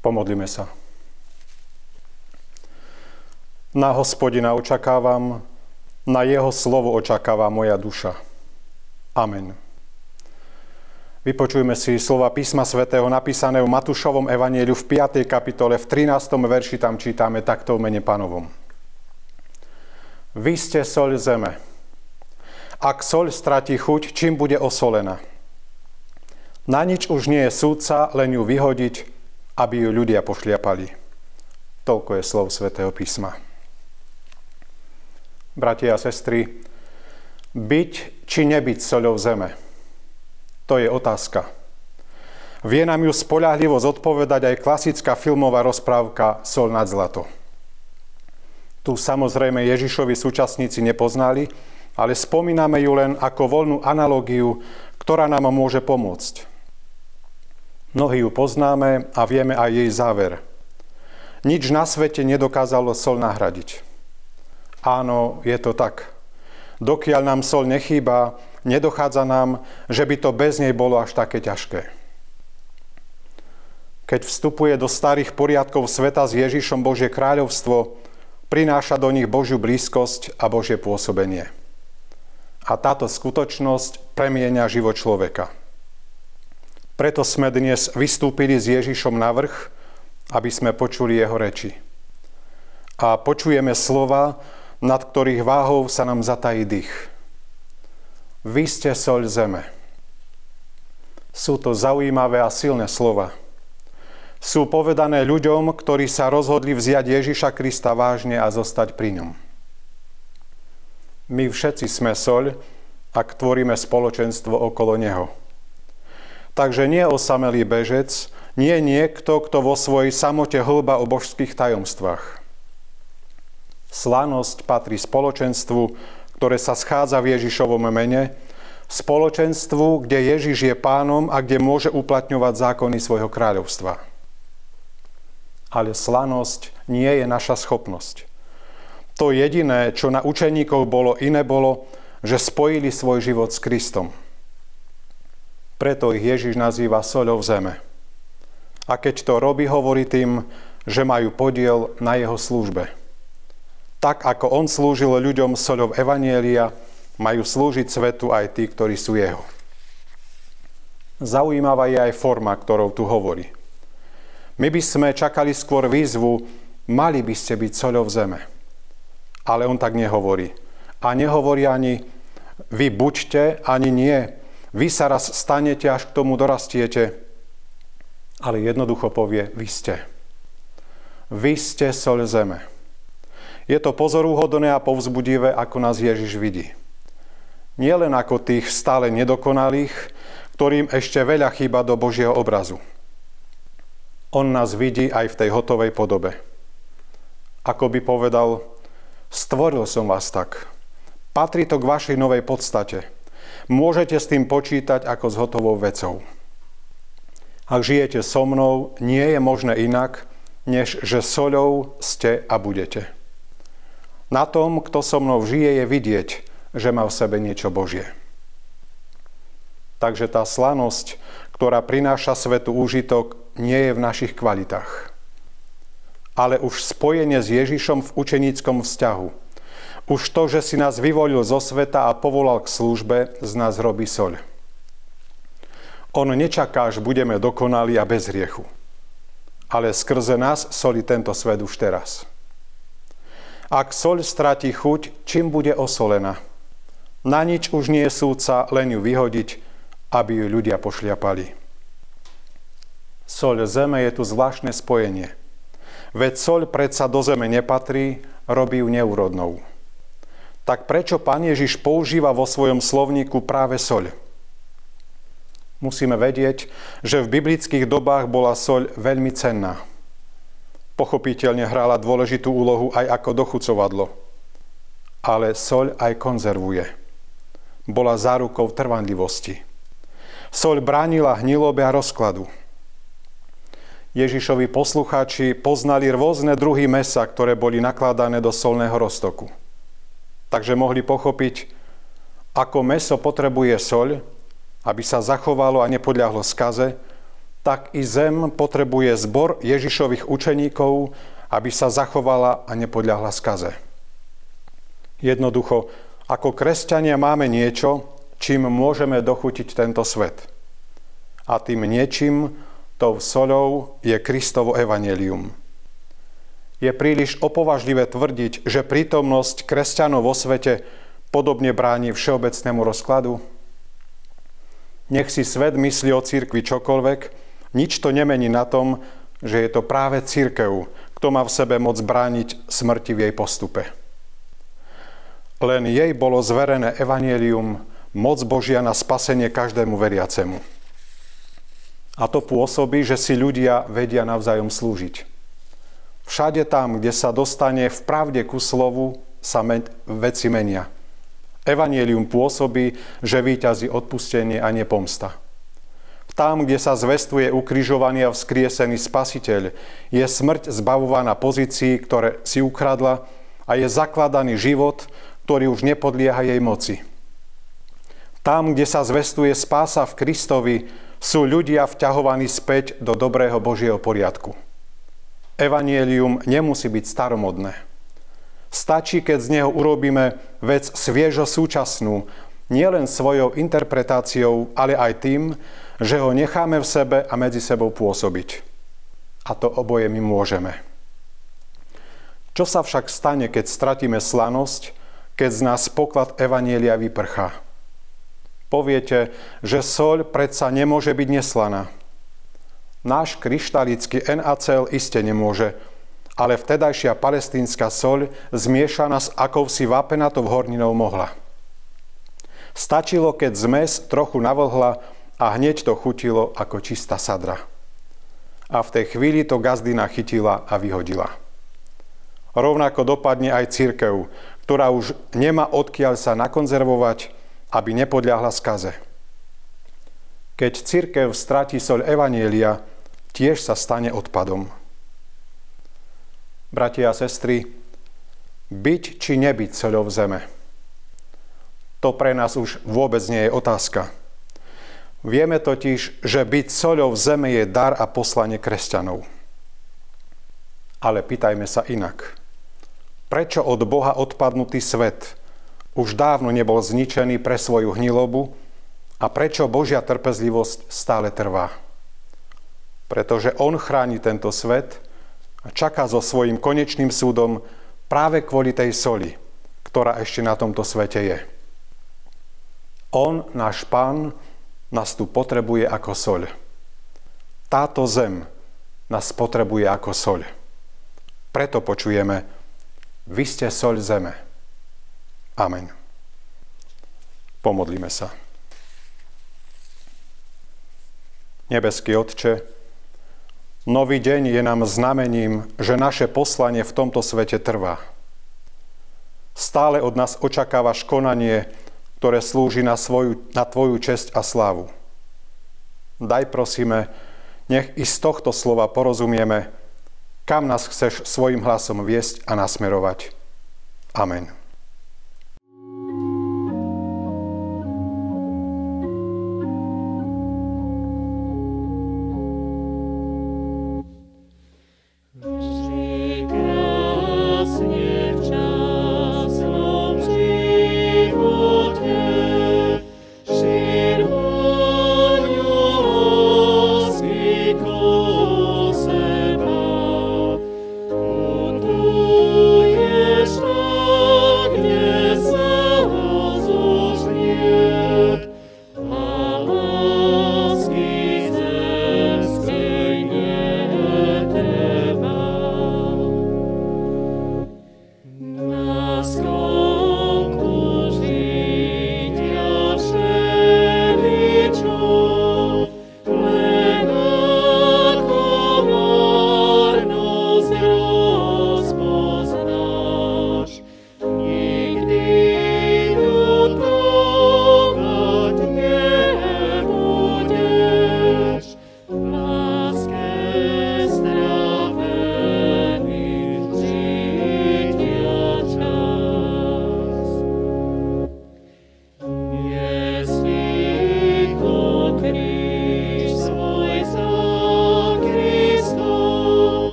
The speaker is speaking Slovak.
Pomodlíme sa. Na Hospodina očakávam, na jeho slovo očakáva moja duša. Amen. Vypočujme si slova písma svätého napísané v Matúšovom evanjeliu v 5. kapitole, v 13. verši tam čítame takto v mene Pánovom. Vy ste soľ zeme. Ak soľ stratí chuť, čím bude osolená? Na nič už nie je súdca, len ju vyhodiť, aby ju ľudia pošliapali. Toľko je slov svätého písma. Bratia a sestry, byť či nebyť soľou zeme? To je otázka. Vie nám ju spoľahlivo zodpovedať aj klasická filmová rozprávka Soľ nad zlato. Tu samozrejme Ježišovi súčasníci nepoznali, ale spomíname ju len ako voľnú analógiu, ktorá nám môže pomôcť. Mnohí ju poznáme a vieme aj jej záver. Nič na svete nedokázalo soľ nahradiť. Áno, je to tak. Dokiaľ nám soľ nechýba, nedochádza nám, že by to bez nej bolo až také ťažké. Keď vstupuje do starých poriadkov sveta s Ježišom Božie kráľovstvo, prináša do nich Božiu blízkosť a Božie pôsobenie. A táto skutočnosť premieňa život človeka. Preto sme dnes vystúpili s Ježišom na vrch, aby sme počuli jeho reči. A počujeme slova, nad ktorých váhou sa nám zatají dých. Vy ste soľ zeme. Sú to zaujímavé a silné slova. Sú povedané ľuďom, ktorí sa rozhodli vziať Ježiša Krista vážne a zostať pri ňom. My všetci sme soľ, ak tvoríme spoločenstvo okolo neho. Takže nie osamelý bežec, nie niekto, kto vo svojej samote hlba o božských tajomstvách. Slanosť patrí spoločenstvu, ktoré sa schádza v Ježišovom mene, spoločenstvu, kde Ježiš je pánom a kde môže uplatňovať zákony svojho kráľovstva. Ale slanosť nie je naša schopnosť. To jediné, čo na učeníkov bolo iné, bolo, že spojili svoj život s Kristom. Preto ich Ježiš nazýva soľou zeme. A keď to robí, hovorí tým, že majú podiel na jeho službe. Tak ako on slúžil ľuďom soľou evanjelia, majú slúžiť svetu aj tí, ktorí sú jeho. Zaujímavá je aj forma, ktorou tu hovorí. My by sme čakali skôr výzvu, mali by ste byť soľou zeme. Ale on tak nehovorí. A nehovorí ani vy buďte, ani nie. Vy sa raz stanete, až k tomu dorastiete. Ale jednoducho povie, vy ste. Vy ste soľ zeme. Je to pozoruhodné a povzbudivé, ako nás Ježiš vidí. Nie len ako tých stále nedokonalých, ktorým ešte veľa chýba do Božieho obrazu. On nás vidí aj v tej hotovej podobe. Ako by povedal, stvoril som vás tak. Patrí to k vašej novej podstate. Môžete s tým počítať ako s hotovou vecou. Ak žijete so mnou, nie je možné inak, než že soľou ste a budete. Na tom, kto so mnou žije, je vidieť, že má v sebe niečo Božie. Takže tá slanosť, ktorá prináša svetu úžitok, nie je v našich kvalitách. Ale už spojenie s Ježišom v učeníckom vzťahu. Už to, že si nás vyvolil zo sveta a povolal k službe, z nás robí soľ. On nečaká, až budeme dokonali a bez hriechu. Ale skrze nás solí tento svet už teraz. Ak soľ stratí chuť, čím bude osolená? Na nič už nie je súdca, len ju vyhodiť, aby ju ľudia pošliapali. Soľ zeme je tu zvláštne spojenie. Veď soľ predsa do zeme nepatrí, robí ju neúrodnou. Tak prečo Pán Ježiš používa vo svojom slovníku práve soľ? Musíme vedieť, že v biblických dobách bola soľ veľmi cenná. Pochopiteľne hrala dôležitú úlohu aj ako dochucovadlo. Ale soľ aj konzervuje. Bola zárukou trvanlivosti. Soľ bránila hnilobe a rozkladu. Ježišovi poslucháči poznali rôzne druhy mäsa, ktoré boli nakladané do soľného roztoku. Takže mohli pochopiť, ako mäso potrebuje soľ, aby sa zachovalo a nepodľahlo skaze, tak i zem potrebuje zbor Ježišových učeníkov, aby sa zachovala a nepodľahla skaze. Jednoducho, ako kresťania máme niečo, čím môžeme dochutiť tento svet. A tým niečím, tou soľou, je Kristovo evanjelium. Je príliš opovažlivé tvrdiť, že prítomnosť kresťanov vo svete podobne bráni všeobecnému rozkladu? Nech si svet myslí o cirkvi čokoľvek, nič to nemení na tom, že je to práve cirkev, kto má v sebe moc brániť smrti v jej postupe. Len jej bolo zverené evanjelium, moc Božia na spasenie každému veriacemu. A to pôsobí, že si ľudia vedia navzájom slúžiť. Všade tam, kde sa dostane v pravde ku slovu, sa veci menia. Evanjelium pôsobí, že víťazí odpustenie a nie pomsta. Tam, kde sa zvestuje ukrižovaný a vzkriesený Spasiteľ, je smrť zbavovaná pozícií, ktoré si ukradla, a je zakladaný život, ktorý už nepodlieha jej moci. Tam, kde sa zvestuje spása v Kristovi, sú ľudia vťahovaní späť do dobrého Božieho poriadku. Evanjelium nemusí byť staromodné. Stačí, keď z neho urobíme vec sviežo súčasnú, nielen svojou interpretáciou, ale aj tým, že ho necháme v sebe a medzi sebou pôsobiť. A to oboje my môžeme. Čo sa však stane, keď stratíme slanosť, keď z nás poklad evanjelia vyprchá? Poviete, že soľ predsa nemôže byť neslaná. Náš kryštalický NaCl iste nemôže, ale vtedajšia palestínska soľ zmiešaná s akousi vápenatou horninou mohla. Stačilo, keď zmes trochu navlhla a hneď to chutilo ako čistá sadra. A v tej chvíli to gazdina chytila a vyhodila. Rovnako dopadne aj cirkev, ktorá už nemá odkiaľ sa nakonzervovať, aby nepodľahla skaze. Keď cirkev stratí soľ evanjelia, tiež sa stane odpadom. Bratia a sestry, byť či nebyť soľou zeme? To pre nás už vôbec nie je otázka. Vieme totiž, že byť soľou zeme je dar a poslanie kresťanov. Ale pýtajme sa inak. Prečo od Boha odpadnutý svet už dávno nebol zničený pre svoju hnilobu a prečo Božia trpezlivosť stále trvá? Pretože On chráni tento svet a čaká so svojím konečným súdom práve kvôli tej soli, ktorá ešte na tomto svete je. On, náš Pán, nás tu potrebuje ako soľ. Táto zem nás potrebuje ako soľ. Preto počujeme: vy ste soľ zeme. Amen. Pomodlíme sa. Nebeský Otče, nový deň je nám znamením, že naše poslanie v tomto svete trvá. Stále od nás očakávaš konanie, ktoré slúži na Tvoju česť a slávu. Daj, prosíme, nech i z tohto slova porozumieme, kam nás chceš svojim hlasom viesť a nasmerovať. Amen.